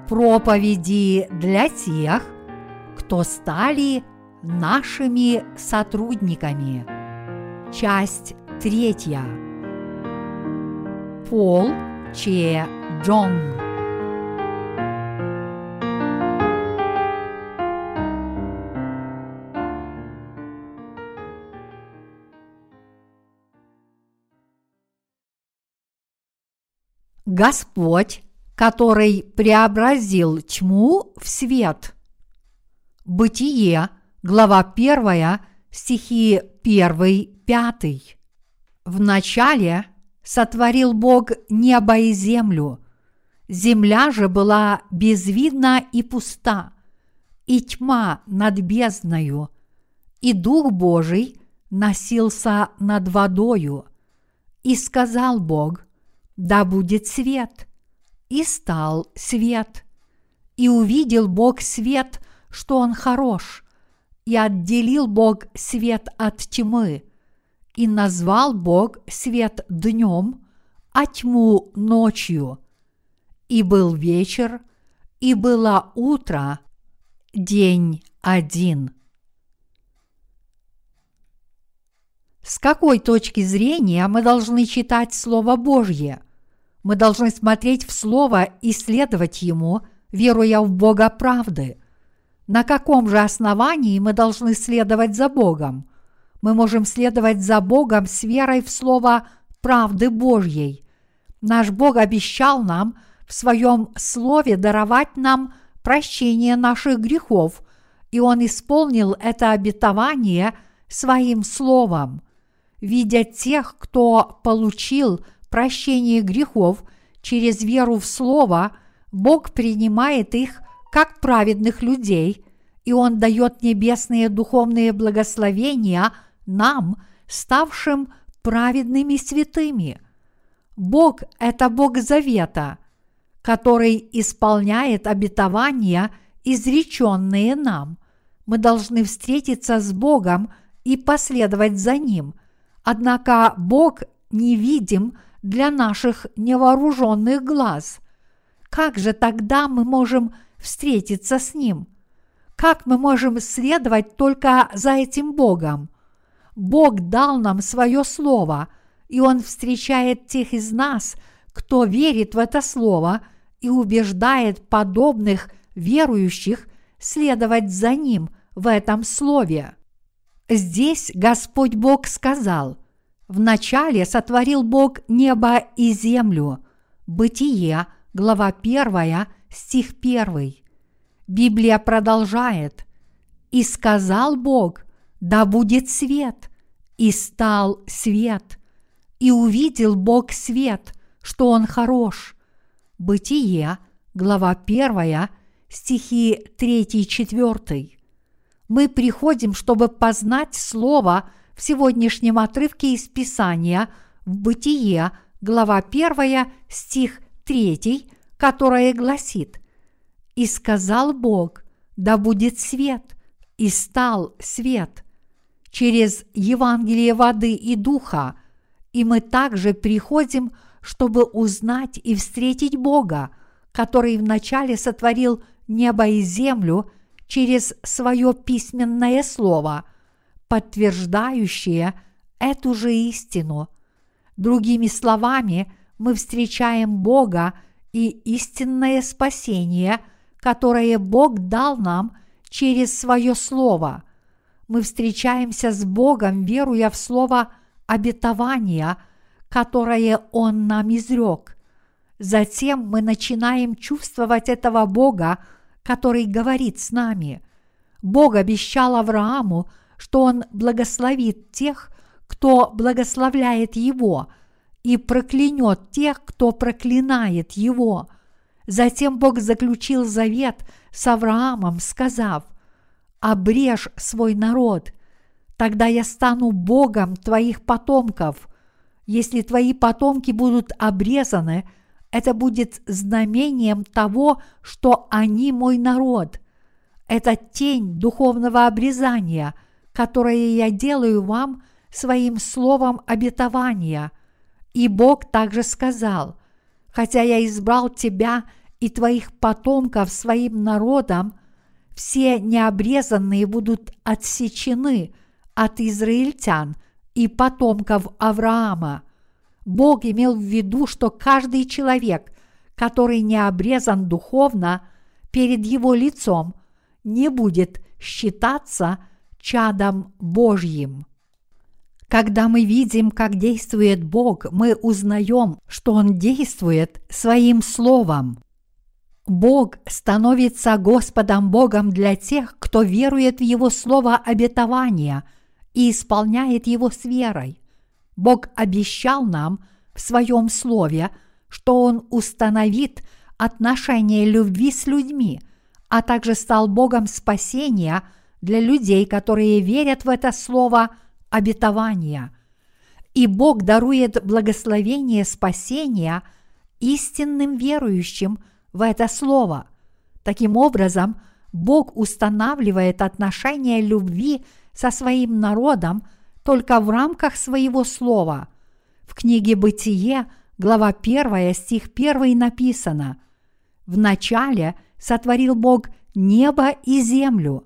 Проповеди для тех, кто стали нашими сотрудниками. Часть 3. Пол Че Джонг. Господь, который преобразил тьму в свет. Бытие, глава 1, стихи 1-5. Вначале сотворил Бог небо и землю. Земля же была безвидна и пуста, и тьма над бездною, и Дух Божий носился над водою. И сказал Бог: да будет свет. И стал свет. И увидел Бог свет, что он хорош, и отделил Бог свет от тьмы. И назвал Бог свет днем, а тьму ночью. И был вечер, и было утро, день один. С какой точки зрения мы должны читать Слово Божье? Мы должны смотреть в Слово и следовать Ему, веруя в Бога правды. На каком же основании мы должны следовать за Богом? Мы можем следовать за Богом с верой в Слово правды Божьей. Наш Бог обещал нам в Своем Слове даровать нам прощение наших грехов, и Он исполнил это обетование Своим Словом. Видя тех, кто получил прощение грехов через веру в Слово, Бог принимает их как праведных людей, и Он дает небесные духовные благословения нам, ставшим праведными святыми. Бог – это Бог завета, который исполняет обетования, изреченные нам. Мы должны встретиться с Богом и последовать за Ним. Однако Бог невидим для наших невооруженных глаз. Как же тогда мы можем встретиться с Ним? Как мы можем следовать только за этим Богом? Бог дал нам Свое Слово, и Он встречает тех из нас, кто верит в это Слово, и убеждает подобных верующих следовать за Ним в этом Слове. Здесь Господь Бог сказал: «Вначале сотворил Бог небо и землю». Бытие, глава 1, стих 1. Библия продолжает: «И сказал Бог: да будет свет, и стал свет. И увидел Бог свет, что он хорош». Бытие, глава 1, стихи 3-4. Мы приходим, чтобы познать Слово в сегодняшнем отрывке из Писания в Бытие, глава 1, стих 3, которое гласит: «И сказал Бог: да будет свет, и стал свет». Через Евангелие воды и духа. И мы также приходим, чтобы узнать и встретить Бога, который вначале сотворил небо и землю через Свое письменное Слово, подтверждающее эту же истину. Другими словами, мы встречаем Бога и истинное спасение, которое Бог дал нам через Свое Слово. Мы встречаемся с Богом, веруя в Слово обетования, которое Он нам изрек. Затем мы начинаем чувствовать этого Бога, который говорит с нами. Бог обещал Аврааму, что Он благословит тех, кто благословляет его, и проклянет тех, кто проклинает его. Затем Бог заключил завет с Авраамом, сказав: «Обрежь свой народ, тогда я стану Богом твоих потомков». Если твои потомки будут обрезаны, это будет знамением того, что они мой народ. Это тень духовного обрезания, которое я делаю вам своим словом обетования. И Бог также сказал: «Хотя я избрал тебя и твоих потомков своим народом, все необрезанные будут отсечены от израильтян и потомков Авраама. Бог имел в виду, что каждый человек, который не обрезан духовно перед его лицом, не будет считаться чадом Божьим. Когда мы видим, как действует Бог, мы узнаем, что Он действует Своим Словом. Бог становится Господом Богом для тех, кто верует в Его Слово обетования и исполняет его с верой. Бог обещал нам в Своем Слове, что Он установит отношения любви с людьми, а также стал Богом спасения для людей, которые верят в это Слово обетования. И Бог дарует благословение спасения истинным верующим в это Слово. Таким образом, Бог устанавливает отношения любви со своим народом только в рамках своего Слова. В книге «Бытие», глава 1, стих 1 написано: «Вначале сотворил Бог небо и землю».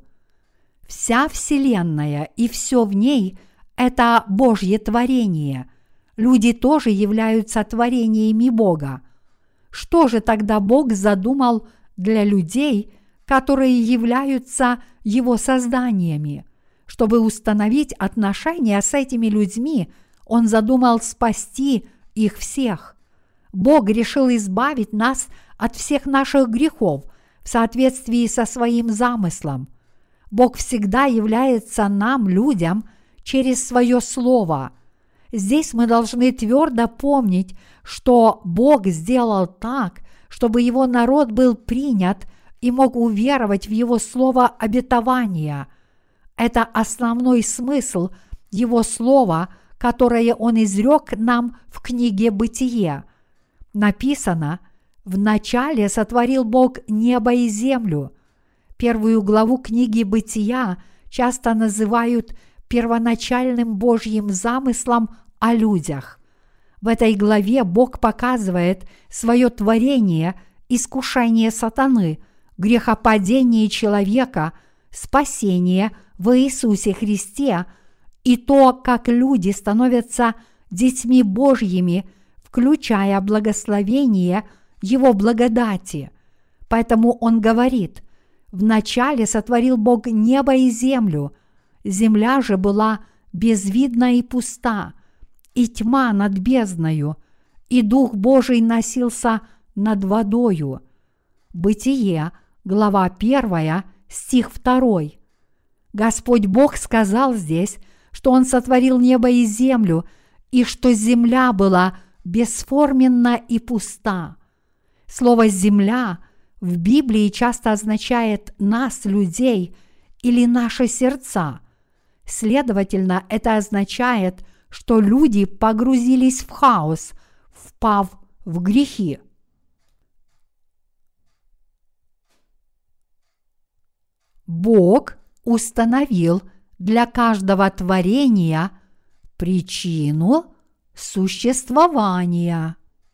Вся вселенная и все в ней – это Божье творение. Люди тоже являются творениями Бога. Что же тогда Бог задумал для людей, которые являются Его созданиями? Чтобы установить отношения с этими людьми, Он задумал спасти их всех. Бог решил избавить нас от всех наших грехов в соответствии со Своим замыслом. Бог всегда является нам, людям, через Свое Слово. Здесь мы должны твердо помнить, что Бог сделал так, чтобы Его народ был принят и мог уверовать в Его Слово обетования. Это основной смысл Его Слова, которое Он изрек нам в книге «Бытие». Написано: «Вначале сотворил Бог небо и землю». Первую главу книги «Бытия» часто называют первоначальным Божьим замыслом о людях. В этой главе Бог показывает свое творение, искушение сатаны, грехопадение человека, спасение в Иисусе Христе и то, как люди становятся детьми Божьими, включая благословение Его благодати. Поэтому Он говорит: «Вначале сотворил Бог небо и землю, земля же была безвидна и пуста, и тьма над бездною, и Дух Божий носился над водою». Бытие, глава 1, стих 2. Господь Бог сказал здесь, что Он сотворил небо и землю, и что земля была бесформенна и пуста. Слово «земля» в Библии часто означает нас, людей, или наши сердца. Следовательно, это означает, что люди погрузились в хаос, впав в грехи. Бог установил для каждого творения причину существования.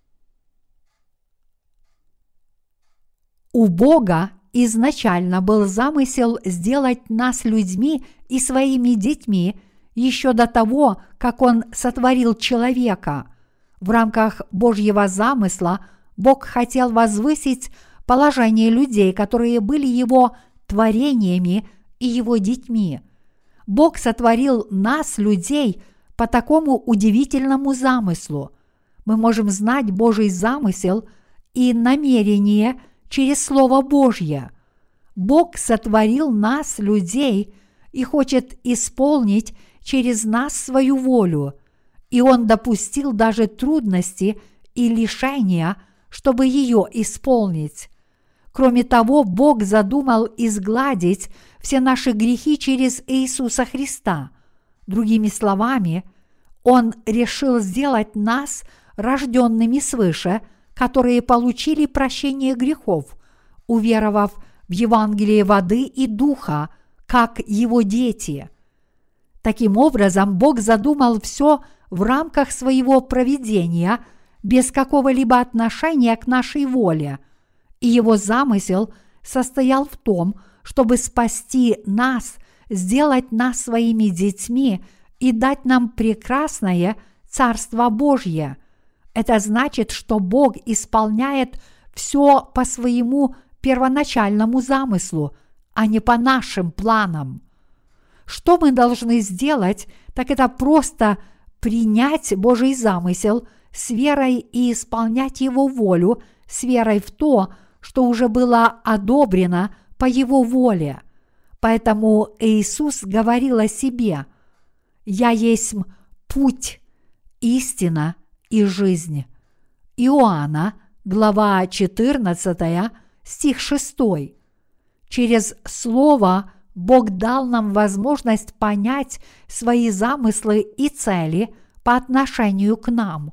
У Бога изначально был замысел сделать нас людьми и своими детьми еще до того, как Он сотворил человека. В рамках Божьего замысла Бог хотел возвысить положение людей, которые были Его творениями и Его детьми. Бог сотворил нас, людей, по такому удивительному замыслу. Мы можем знать Божий замысел и намерение через Слово Божье. Бог сотворил нас, людей, и хочет исполнить через нас свою волю, и Он допустил даже трудности и лишения, чтобы ее исполнить. Кроме того, Бог задумал изгладить все наши грехи через Иисуса Христа. Другими словами, Он решил сделать нас рожденными свыше, которые получили прощение грехов, уверовав в Евангелие воды и духа, как Его дети. Таким образом, Бог задумал все в рамках своего провидения, без какого-либо отношения к нашей воле. И его замысел состоял в том, чтобы спасти нас, сделать нас своими детьми и дать нам прекрасное Царство Божье. Это значит, что Бог исполняет все по своему первоначальному замыслу, а не по нашим планам. Что мы должны сделать, так это просто принять Божий замысел с верой и исполнять Его волю с верой в то, что уже было одобрено по Его воле. Поэтому Иисус говорил о себе: «Я есть путь, истина и жизнь». Иоанна, глава 14, стих 6. Через Слово Бог дал нам возможность понять свои замыслы и цели по отношению к нам.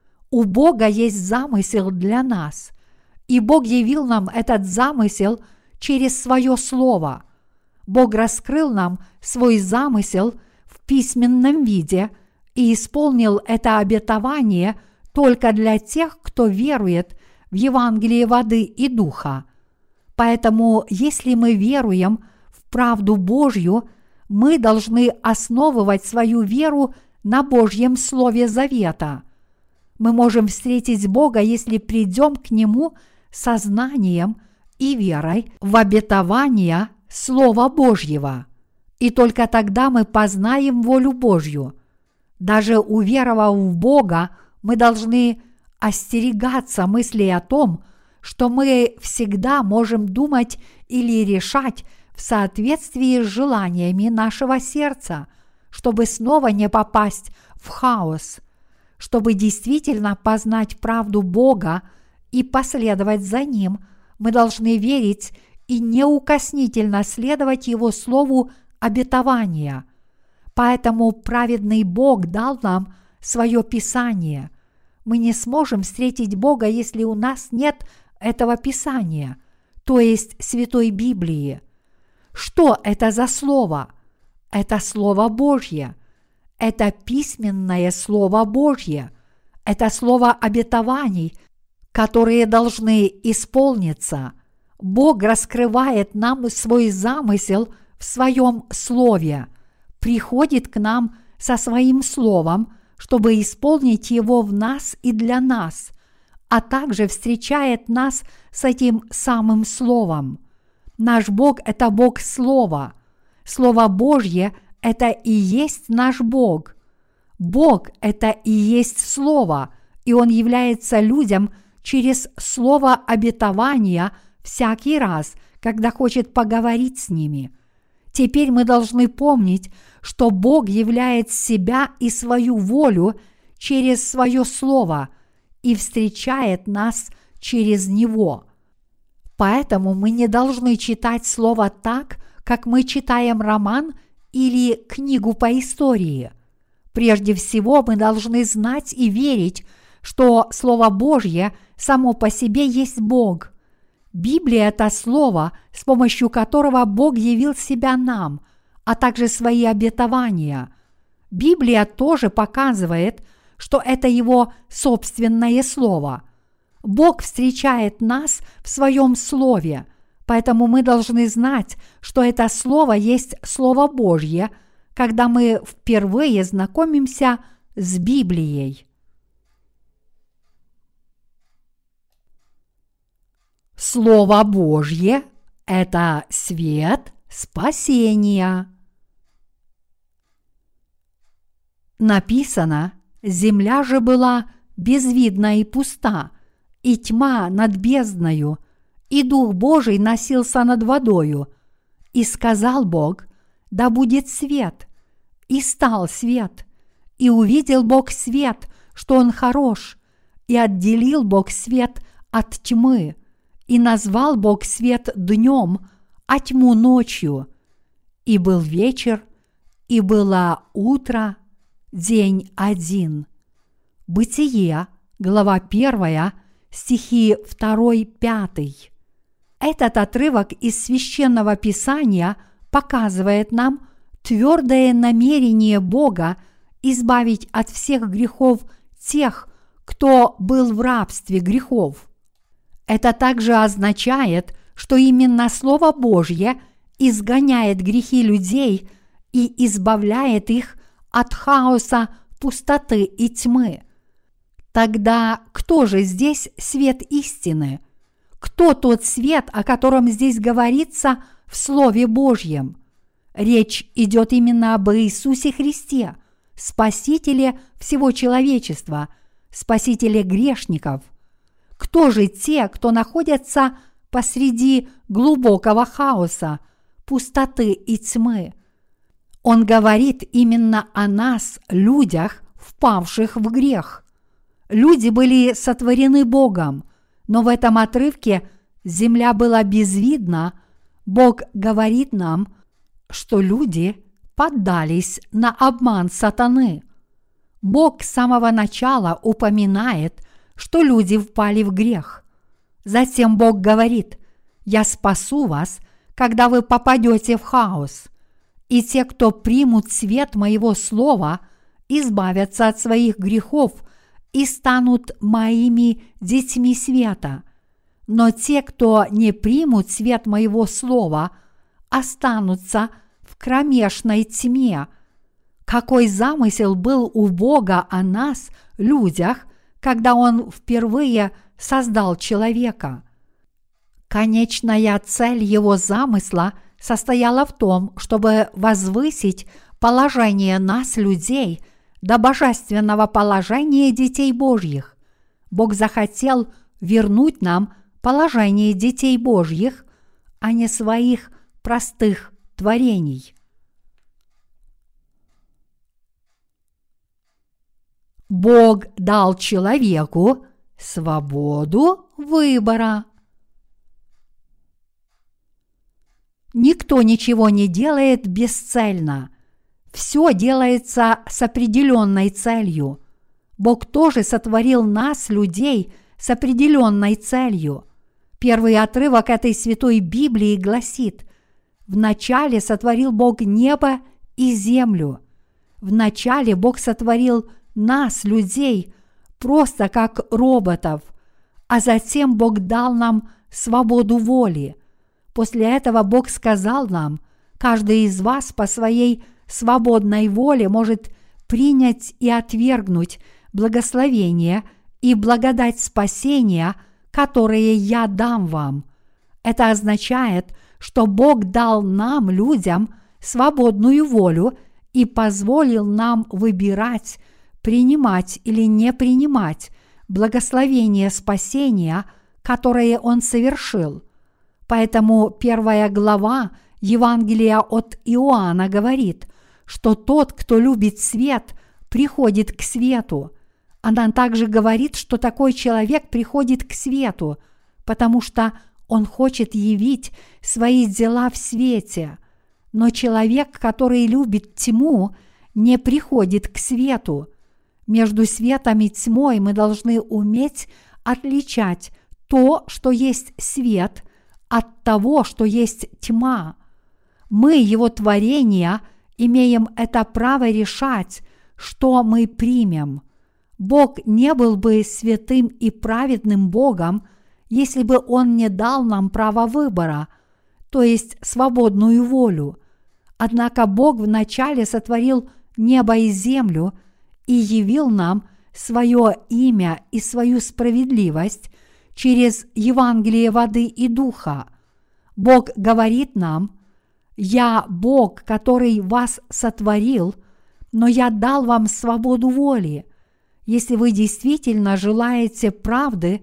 У Бога есть замысел для нас, и Бог явил нам этот замысел через свое Слово. Бог раскрыл нам свой замысел в письменном виде и исполнил это обетование только для тех, кто верует в Евангелие воды и духа. Поэтому, если мы веруем в правду Божью, мы должны основывать свою веру на Божьем Слове Завета. Мы можем встретить Бога, если придем к Нему со знанием и верой в обетование Слова Божьего. И только тогда мы познаем волю Божью. Даже уверовав в Бога, мы должны остерегаться мыслей о том, что мы всегда можем думать или решать в соответствии с желаниями нашего сердца, чтобы снова не попасть в хаос. Чтобы действительно познать правду Бога и последовать за Ним, мы должны верить и неукоснительно следовать Его Слову обетования. Поэтому праведный Бог дал нам свое Писание. Мы не сможем встретить Бога, если у нас нет этого Писания, то есть Святой Библии. Что это за слово? Это Слово Божье. Это письменное Слово Божье. Это слово обетований, которые должны исполниться. Бог раскрывает нам свой замысел в своем Слове, приходит к нам со своим Словом, чтобы исполнить его в нас и для нас, а также встречает нас с этим самым Словом. Наш Бог – это Бог Слова. Слово Божье – это и есть наш Бог. Бог – это и есть Слово, и Он является людям через Слово обетования всякий раз, когда хочет поговорить с ними. Теперь мы должны помнить, что Бог являет себя и свою волю через свое Слово и встречает нас через Него. Поэтому мы не должны читать Слово так, как мы читаем роман или книгу по истории. Прежде всего, мы должны знать и верить, что Слово Божье само по себе есть Бог. Библия – это Слово, с помощью которого Бог явил себя нам, а также свои обетования. Библия тоже показывает, что это Его собственное Слово. Бог встречает нас в Своем Слове, поэтому мы должны знать, что это Слово есть Слово Божье, когда мы впервые знакомимся с Библией. Слово Божье – это свет спасения. Написано: «Земля же была безвидна и пуста, и тьма над бездною, и Дух Божий носился над водою. И сказал Бог: да будет свет, и стал свет. И увидел Бог свет, что он хорош, и отделил Бог свет от тьмы, и назвал Бог свет днем, а тьму ночью. И был вечер, и было утро, день один». Бытие, глава 1, стихи 2-5. Этот отрывок из Священного Писания показывает нам твердое намерение Бога избавить от всех грехов тех, кто был в рабстве грехов. Это также означает, что именно Слово Божье изгоняет грехи людей и избавляет их от хаоса, пустоты и тьмы. Тогда кто же здесь свет истины? Кто тот свет, о котором здесь говорится в Слове Божьем? Речь идет именно об Иисусе Христе, Спасителе всего человечества, Спасителе грешников. Кто же те, кто находятся посреди глубокого хаоса, пустоты и тьмы? Он говорит именно о нас, людях, впавших в грех. Люди были сотворены Богом, но в этом отрывке земля была безвидна. Бог говорит нам, что люди поддались на обман сатаны. Бог с самого начала упоминает, что люди впали в грех. Затем Бог говорит: «Я спасу вас, когда вы попадете в хаос, и те, кто примут свет моего слова, избавятся от своих грехов и станут моими детьми света. Но те, кто не примут свет моего слова, останутся в кромешной тьме». Какой замысел был у Бога о нас, людях, когда Он впервые создал человека? Конечная цель Его замысла состояла в том, чтобы возвысить положение нас, людей, до божественного положения детей Божьих. Бог захотел вернуть нам положение детей Божьих, а не своих простых творений. Бог дал человеку свободу выбора. Никто ничего не делает бесцельно. Все делается с определенной целью. Бог тоже сотворил нас, людей, с определенной целью. Первый отрывок этой святой Библии гласит: «Вначале сотворил Бог небо и землю». Вначале Бог сотворил нас, людей, просто как роботов, а затем Бог дал нам свободу воли. После этого Бог сказал нам: каждый из вас по своей свободной воле может принять и отвергнуть благословение и благодать спасения, которые я дам вам. Это означает, что Бог дал нам, людям, свободную волю и позволил нам выбирать, принимать или не принимать благословение спасения, которое Он совершил. Поэтому 1 глава Евангелия от Иоанна говорит, что тот, кто любит свет, приходит к свету. Она также говорит, что такой человек приходит к свету, потому что он хочет явить свои дела в свете. Но человек, который любит тьму, не приходит к свету. Между светом и тьмой мы должны уметь отличать то, что есть свет, от того, что есть тьма. Мы, Его творения, имеем это право решать, что мы примем. Бог не был бы святым и праведным Богом, если бы Он не дал нам право выбора, то есть свободную волю. Однако Бог вначале сотворил небо и землю и явил нам свое имя и свою справедливость через Евангелие воды и духа. Бог говорит нам: «Я Бог, который вас сотворил, но я дал вам свободу воли. Если вы действительно желаете правды,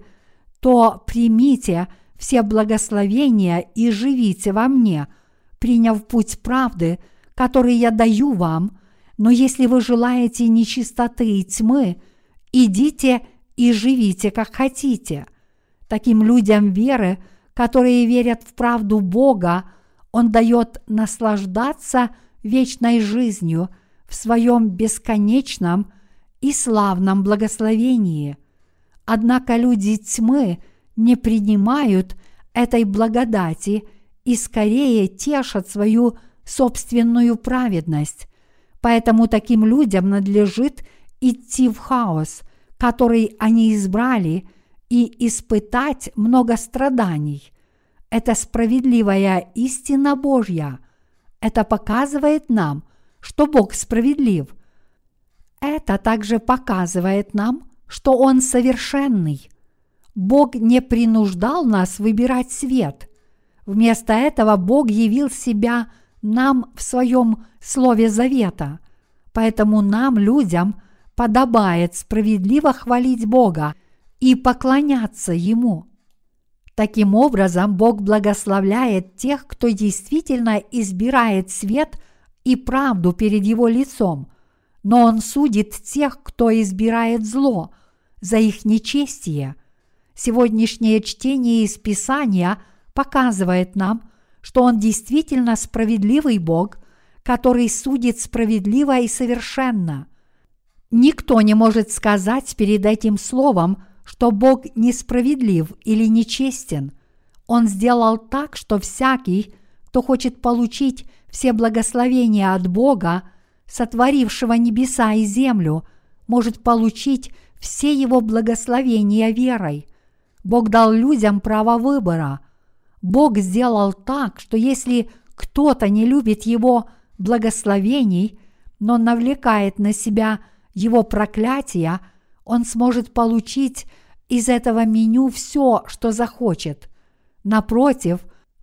то примите все благословения и живите во мне, приняв путь правды, который я даю вам. Но если вы желаете нечистоты и тьмы, идите и живите, как хотите». Таким людям веры, которые верят в правду Бога, Он дает наслаждаться вечной жизнью в Своем бесконечном и славном благословении. Однако люди тьмы не принимают этой благодати и скорее тешат свою собственную праведность. Поэтому таким людям надлежит идти в хаос, который они избрали, и испытать много страданий. Это справедливая истина Божья. Это показывает нам, что Бог справедлив. Это также показывает нам, что Он совершенный. Бог не принуждал нас выбирать свет. Вместо этого Бог явил себя нам в Своем Слове Завета. Поэтому нам, людям, подобает справедливо хвалить Бога и поклоняться Ему. Таким образом, Бог благословляет тех, кто действительно избирает свет и правду перед Его лицом, но Он судит тех, кто избирает зло, за их нечестие. Сегодняшнее чтение из Писания показывает нам, что Он действительно справедливый Бог, который судит справедливо и совершенно. Никто не может сказать перед этим словом, что Бог несправедлив или нечестен. Он сделал так, что всякий, кто хочет получить все благословения от Бога, сотворившего небеса и землю, может получить все Его благословения верой. Бог дал людям право выбора. Бог сделал так, что если кто-то не любит Его благословений, но навлекает на себя Его проклятия, он сможет получить из этого меню все, что захочет. Напротив,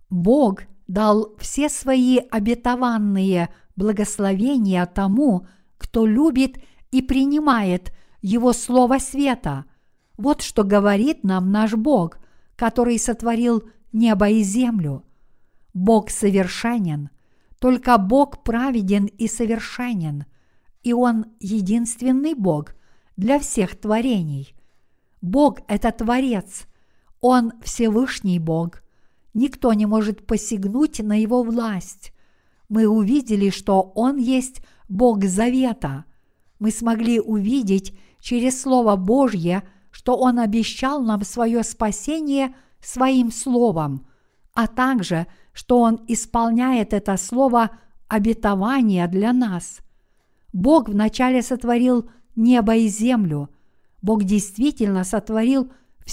Бог дал все свои обетованные благословения тому, кто любит и принимает Его Слово Света. Вот что говорит нам наш Бог, который сотворил небо и землю. Бог совершенен, только Бог праведен и совершенен, и Он единственный Бог для всех творений. Бог – это Творец, Он Всевышний Бог. Никто не может посягнуть на Его власть. Мы увидели, что Он есть Бог Завета. Мы смогли увидеть через Слово Божье, что Он обещал нам свое спасение Своим Словом, а также, что Он исполняет это Слово обетования для нас. Бог вначале сотворил небо и землю. Бог действительно сотворил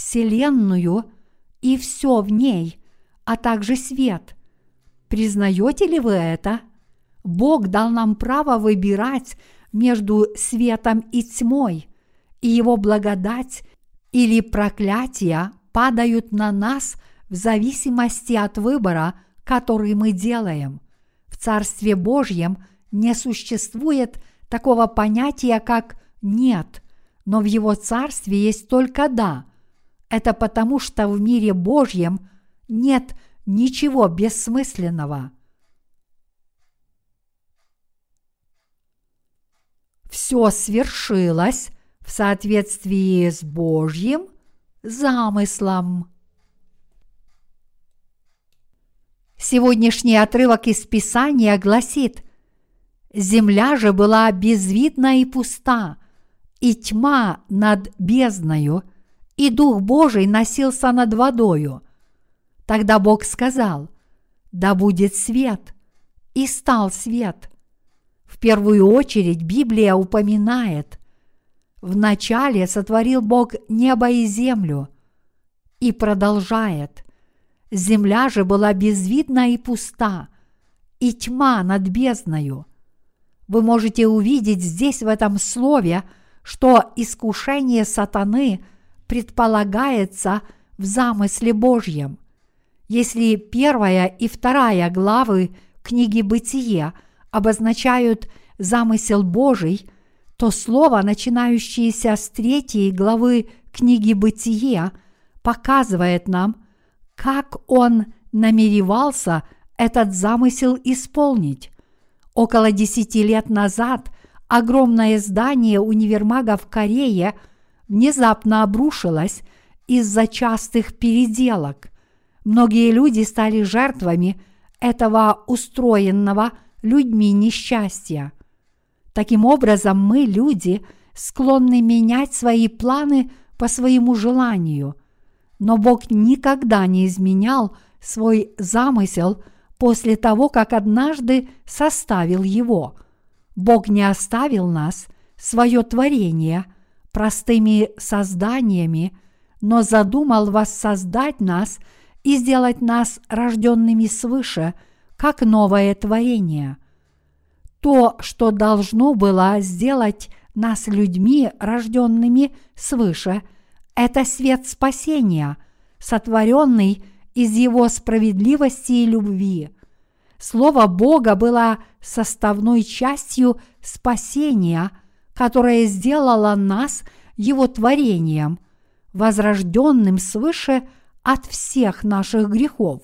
Вселенную и все в ней, а также свет. Признаете ли вы это? Бог дал нам право выбирать между светом и тьмой, и Его благодать или проклятие падают на нас в зависимости от выбора, который мы делаем. В Царстве Божьем не существует такого понятия, как «нет», но в Его Царстве есть только «да». Это потому, что в мире Божьем нет ничего бессмысленного. Все свершилось в соответствии с Божьим замыслом. Сегодняшний отрывок из Писания гласит: «Земля же была безвидна и пуста, и тьма над бездною, и Дух Божий носился над водою. Тогда Бог сказал: да будет свет, и стал свет». В первую очередь Библия упоминает: «Вначале сотворил Бог небо и землю», и продолжает: «Земля же была безвидна и пуста, и тьма над бездною». Вы можете увидеть здесь в этом слове, что искушение сатаны предполагается в замысле Божьем. Если 1 и 2 главы книги «Бытие» обозначают замысел Божий, то слово, начинающееся с 3 главы книги «Бытие», показывает нам, как Он намеревался этот замысел исполнить. Около 10 лет назад огромное здание универмага в Корее внезапно обрушилось из-за частых переделок. Многие люди стали жертвами этого устроенного людьми несчастья. Таким образом, мы, люди, склонны менять свои планы по своему желанию. Но Бог никогда не изменял свой замысел после того, как однажды составил его. Бог не оставил нас, свое творение, простыми созданиями, но задумал воссоздать нас и сделать нас рожденными свыше, как новое творение. То, что должно было сделать нас людьми, рожденными свыше, это свет спасения, сотворенный из Его справедливости и любви. Слово Бога было составной частью спасения, которое сделало нас Его творением, возрожденным свыше от всех наших грехов.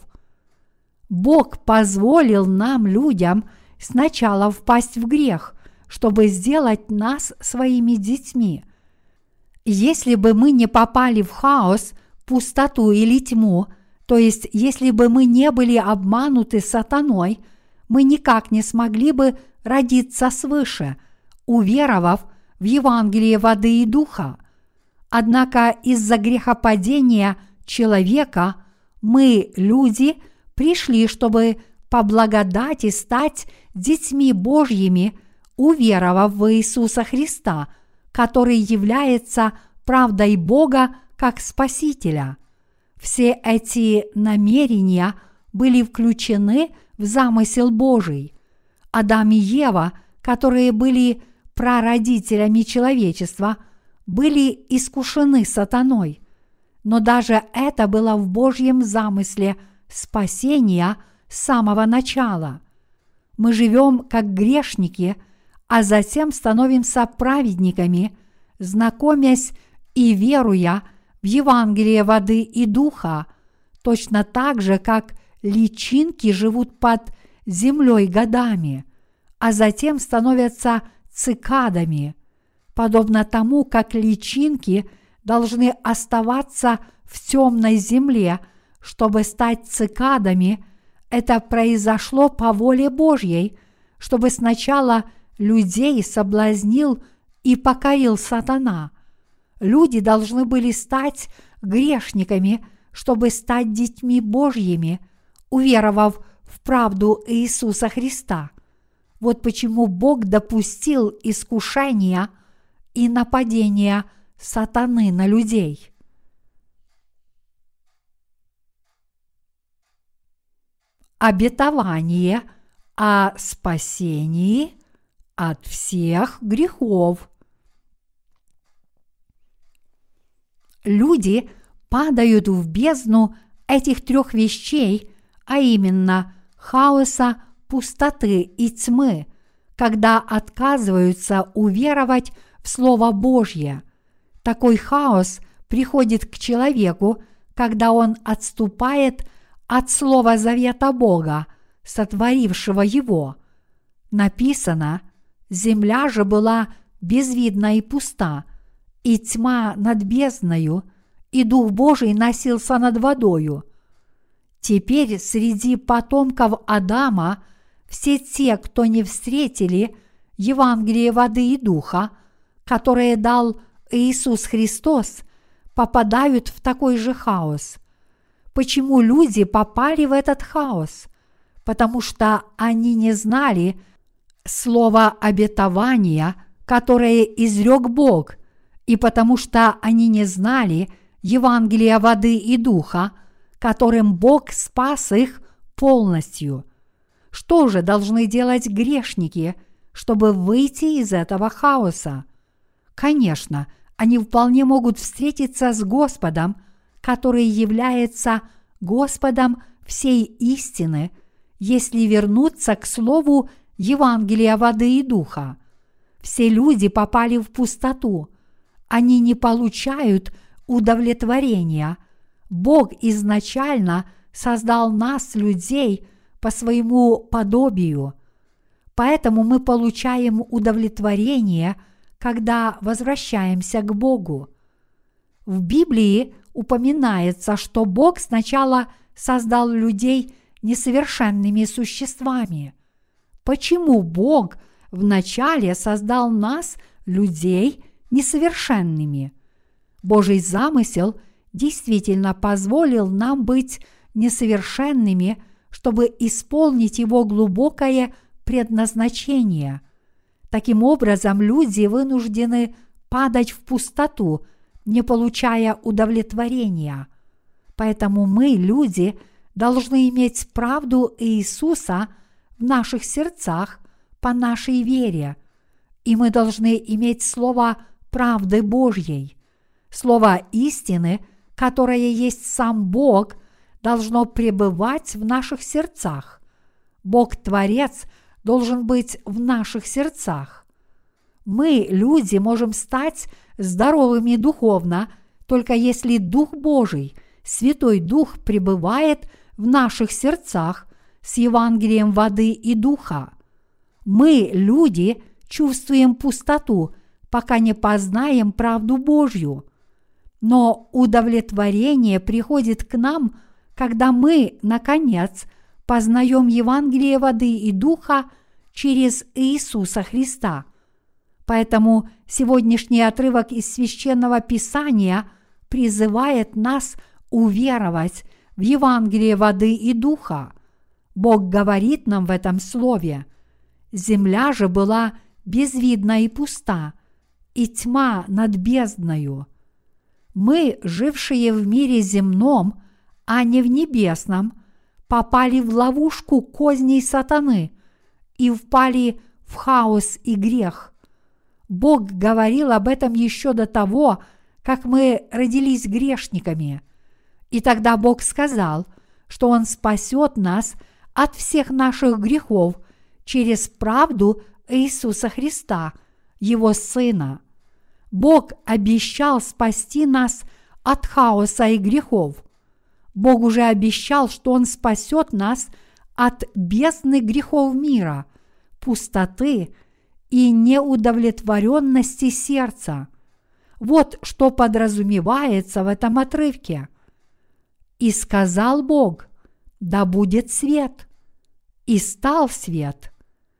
Бог позволил нам, людям, сначала впасть в грех, чтобы сделать нас своими детьми. Если бы мы не попали в хаос, пустоту или тьму, то есть если бы мы не были обмануты сатаной, мы никак не смогли бы родиться свыше, уверовав в Евангелие воды и духа. Однако из-за грехопадения человека мы, люди, пришли, чтобы по благодати стать детьми Божьими, уверовав в Иисуса Христа, который является правдой Бога как Спасителя. Все эти намерения были включены в замысел Божий. Адам и Ева, которые были прародителями человечества, были искушены сатаной. Но даже это было в Божьем замысле спасения с самого начала. Мы живем как грешники, а затем становимся праведниками, знакомясь и веруя в Евангелие воды и духа, точно так же, как личинки живут под землей годами, а затем становятся цикадами, подобно тому, как личинки должны оставаться в темной земле, чтобы стать цикадами. Это произошло по воле Божьей, чтобы сначала людей соблазнил и покорил сатана. Люди должны были стать грешниками, чтобы стать детьми Божьими, уверовав в правду Иисуса Христа. Вот почему Бог допустил искушения и нападения сатаны на людей. Обетование о спасении от всех грехов. Люди падают в бездну этих трех вещей, а именно хаоса, пустоты и тьмы, когда отказываются уверовать в Слово Божье. Такой хаос приходит к человеку, когда он отступает от Слова Завета Бога, сотворившего его. Написано: «Земля же была безвидна и пуста, и тьма над бездною, и Дух Божий носился над водою». Теперь среди потомков Адама все те, кто не встретили Евангелие воды и духа, которое дал Иисус Христос, попадают в такой же хаос. Почему люди попали в этот хаос? Потому что они не знали слова обетования, которое изрек Бог, и потому что они не знали Евангелия воды и духа, которым Бог спас их полностью. Что же должны делать грешники, чтобы выйти из этого хаоса? Конечно, они вполне могут встретиться с Господом, который является Господом всей истины, если вернуться к слову Евангелия воды и духа. Все люди попали в пустоту. Они не получают удовлетворения. Бог изначально создал нас, людей, по своему подобию. Поэтому мы получаем удовлетворение, когда возвращаемся к Богу. В Библии упоминается, что Бог сначала создал людей несовершенными существами. Почему Бог вначале создал нас, людей, несовершенными? Божий замысел действительно позволил нам быть несовершенными, чтобы исполнить Его глубокое предназначение. Таким образом, люди вынуждены падать в пустоту, не получая удовлетворения. Поэтому мы, люди, должны иметь правду Иисуса в наших сердцах по нашей вере, и мы должны иметь слово правды Божьей. Слово истины, которое есть сам Бог, должно пребывать в наших сердцах. Бог-творец должен быть в наших сердцах. Мы, люди, можем стать здоровыми духовно, только если Дух Божий, Святой Дух, пребывает в наших сердцах с Евангелием воды и духа. Мы, люди, чувствуем пустоту, пока не познаем правду Божью. Но удовлетворение приходит к нам, когда мы, наконец, познаем Евангелие воды и духа через Иисуса Христа. Поэтому сегодняшний отрывок из Священного Писания призывает нас уверовать в Евангелие воды и духа. Бог говорит нам в этом слове: «Земля же была безвидна и пуста, и тьма над бездною». Мы, жившие в мире земном, а не в небесном, попали в ловушку козней сатаны и впали в хаос и грех. Бог говорил об этом еще до того, как мы родились грешниками. И тогда Бог сказал, что Он спасет нас от всех наших грехов через правду Иисуса Христа, Его Сына. Бог обещал спасти нас от хаоса и грехов. Бог уже обещал, что Он спасет нас от бездны грехов мира, пустоты и неудовлетворенности сердца. Вот что подразумевается в этом отрывке. «И сказал Бог: да будет свет, и стал свет».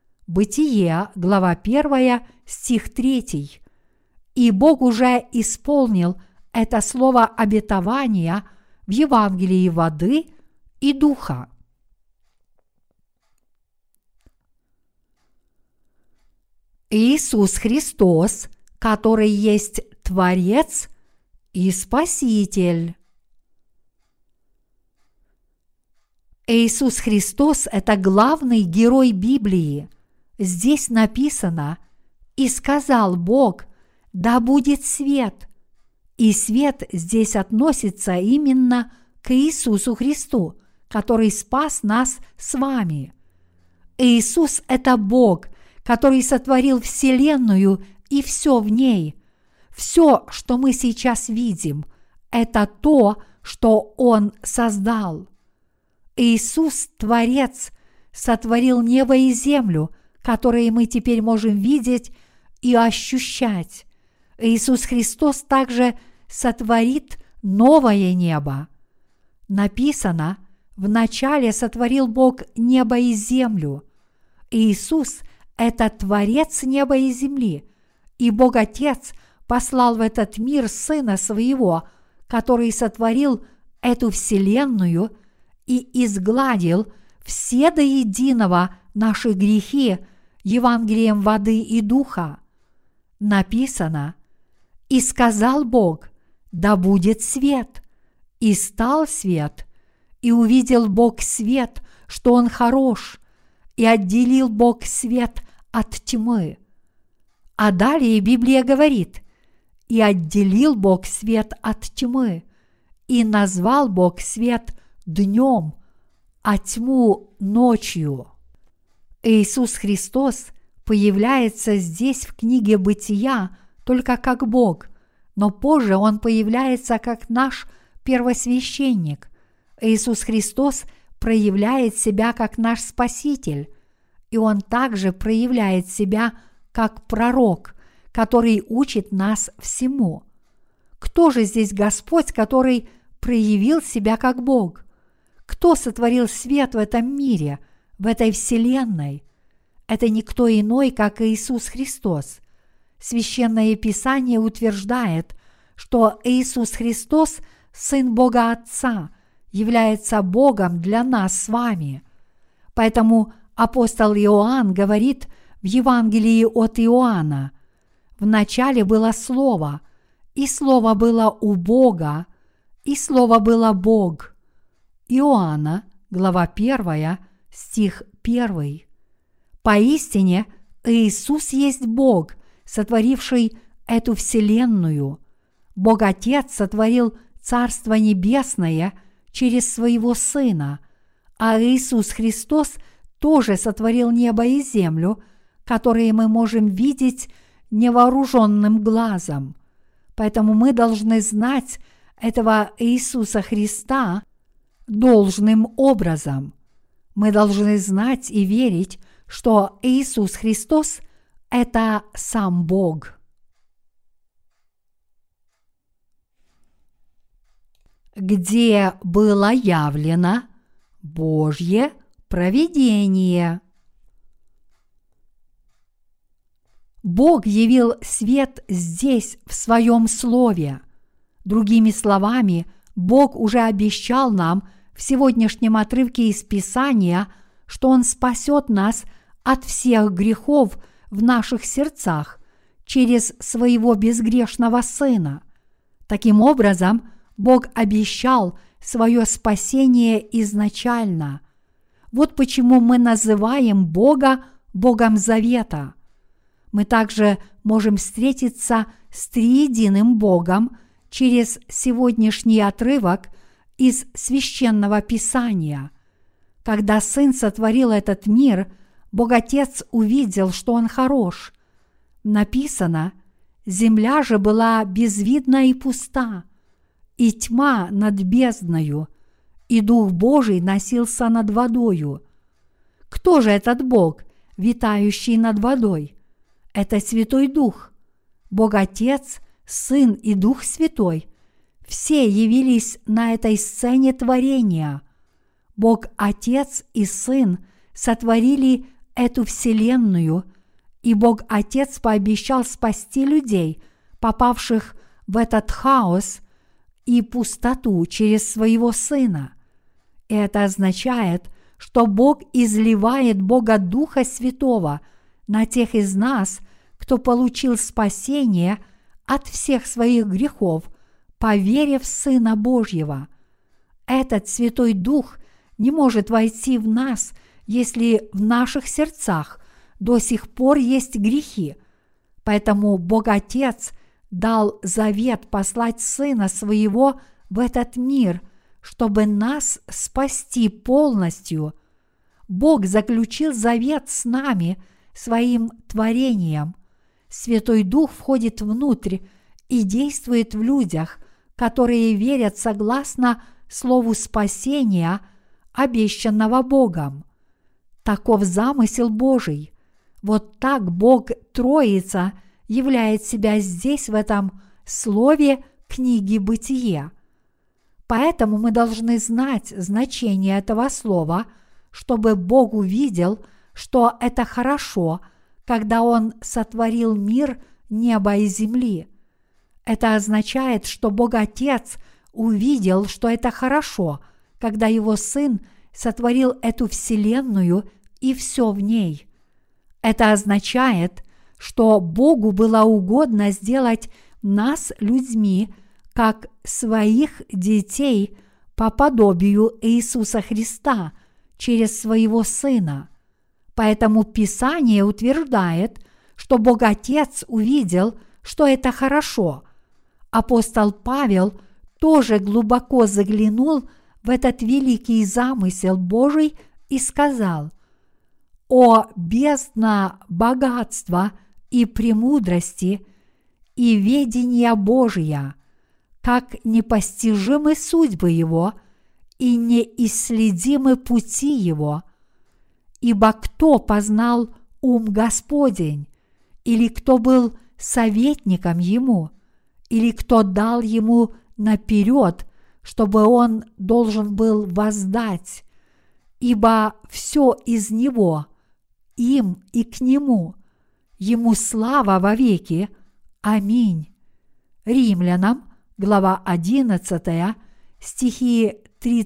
Бытие, глава 1, стих 3. И Бог уже исполнил это слово обетования в Евангелии воды и духа. Иисус Христос, который есть Творец и Спаситель. Иисус Христос – это главный герой Библии. Здесь написано: «И сказал Бог: да будет свет». И свет здесь относится именно к Иисусу Христу, который спас нас с вами. Иисус – это Бог, который сотворил Вселенную и все в ней. Все, что мы сейчас видим, это то, что Он создал. Иисус, Творец, сотворил небо и землю, которые мы теперь можем видеть и ощущать. Иисус Христос также сотворит новое небо. Написано: «Вначале сотворил Бог небо и землю». Иисус – это Творец неба и земли, и Бог Отец послал в этот мир Сына Своего, который сотворил эту вселенную и изгладил все до единого наши грехи Евангелием воды и духа. Написано: «И сказал Бог: да будет свет, и стал свет, и увидел Бог свет, что он хорош, и отделил Бог свет от тьмы». А далее Библия говорит: «И отделил Бог свет от тьмы, и назвал Бог свет днем, а тьму ночью». Иисус Христос появляется здесь в книге Бытия только как Бог, но позже Он появляется как наш первосвященник. Иисус Христос проявляет себя как наш Спаситель, и Он также проявляет себя как пророк, который учит нас всему. Кто же здесь Господь, который проявил себя как Бог? Кто сотворил свет в этом мире, в этой вселенной? Это никто иной, как Иисус Христос. Священное Писание утверждает, что Иисус Христос, Сын Бога Отца, является Богом для нас с вами. Поэтому апостол Иоанн говорит в Евангелии от Иоанна: «В начале было Слово, И Слово было у Бога, и Слово было Бог. Иоанна, глава 1, стих 1. Поистине, Иисус есть Бог, сотворивший эту вселенную. Бог Отец сотворил Царство Небесное через Своего Сына, а Иисус Христос тоже сотворил небо и землю, которые мы можем видеть невооруженным глазом. Поэтому мы должны знать этого Иисуса Христа должным образом. Мы должны знать и верить, что Иисус Христос – это сам Бог. Где было явлено Божье провидение. Бог явил свет здесь, в Своем Слове. Другими словами, Бог уже обещал нам в сегодняшнем отрывке из Писания, что Он спасет нас от всех грехов в наших сердцах через Своего безгрешного Сына. Таким образом, Бог обещал свое спасение изначально. Вот почему мы называем Бога Богом Завета. Мы также можем встретиться с триединым Богом через сегодняшний отрывок из Священного Писания. Когда Сын сотворил этот мир, Бог Отец увидел, что Он хорош. Написано: «Земля же была безвидна и пуста, и тьма над бездною, и Дух Божий носился над водою». Кто же этот Бог, витающий над водой? Это Святой Дух. Бог Отец, Сын и Дух Святой все явились на этой сцене творения. Бог Отец и Сын сотворили эту вселенную, и Бог Отец пообещал спасти людей, попавших в этот хаос и пустоту через Своего Сына. И это означает, что Бог изливает Бога Духа Святого на тех из нас, кто получил спасение от всех своих грехов, поверив в Сына Божьего. Этот Святой Дух не может войти в нас, если в наших сердцах до сих пор есть грехи. Поэтому Бог Отец дал завет послать Сына Своего в этот мир, чтобы нас спасти полностью. Бог заключил завет с нами Своим творением. Святой Дух входит внутрь и действует в людях, которые верят согласно слову спасения, обещанного Богом. Таков замысел Божий. Вот так Бог Троица являет себя здесь, в этом слове книги «Бытие». Поэтому мы должны знать значение этого слова, чтобы Бог увидел, что это хорошо, когда Он сотворил мир, неба и земли. Это означает, что Бог Отец увидел, что это хорошо, когда Его Сын сотворил эту вселенную и все в ней. Это означает, что Богу было угодно сделать нас людьми, как своих детей по подобию Иисуса Христа через Своего Сына. Поэтому Писание утверждает, что Бог Отец увидел, что это хорошо. Апостол Павел тоже глубоко заглянул в этот великий замысел Божий и сказал: «О бездна богатства и премудрости и ведения Божия, как непостижимы судьбы Его и неисследимы пути Его! Ибо кто познал ум Господень, или кто был советником Ему, или кто дал Ему наперед, чтобы Он должен был воздать? Ибо все из Него, им и к Нему, Ему слава вовеки. Аминь». Римлянам, глава 11, стихи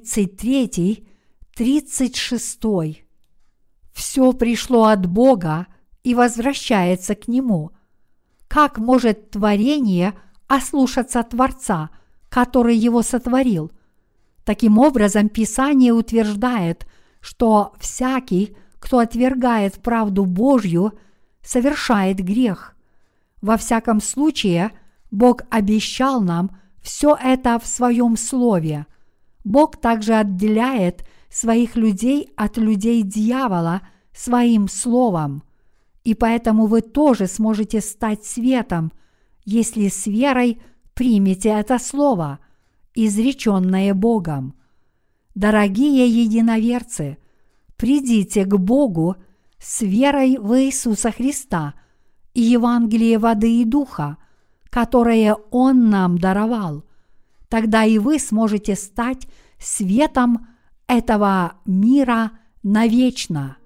33-36. Все пришло от Бога и возвращается к Нему. Как может творение а слушаться Творца, который его сотворил. Таким образом, Писание утверждает, что всякий, кто отвергает правду Божью, совершает грех. Во всяком случае, Бог обещал нам все это в Своем Слове. Бог также отделяет своих людей от людей дьявола Своим Словом. И поэтому вы тоже сможете стать светом, если с верой примете это Слово, изреченное Богом. Дорогие единоверцы, придите к Богу с верой в Иисуса Христа и Евангелие воды и духа, которое Он нам даровал. Тогда и вы сможете стать светом этого мира навечно.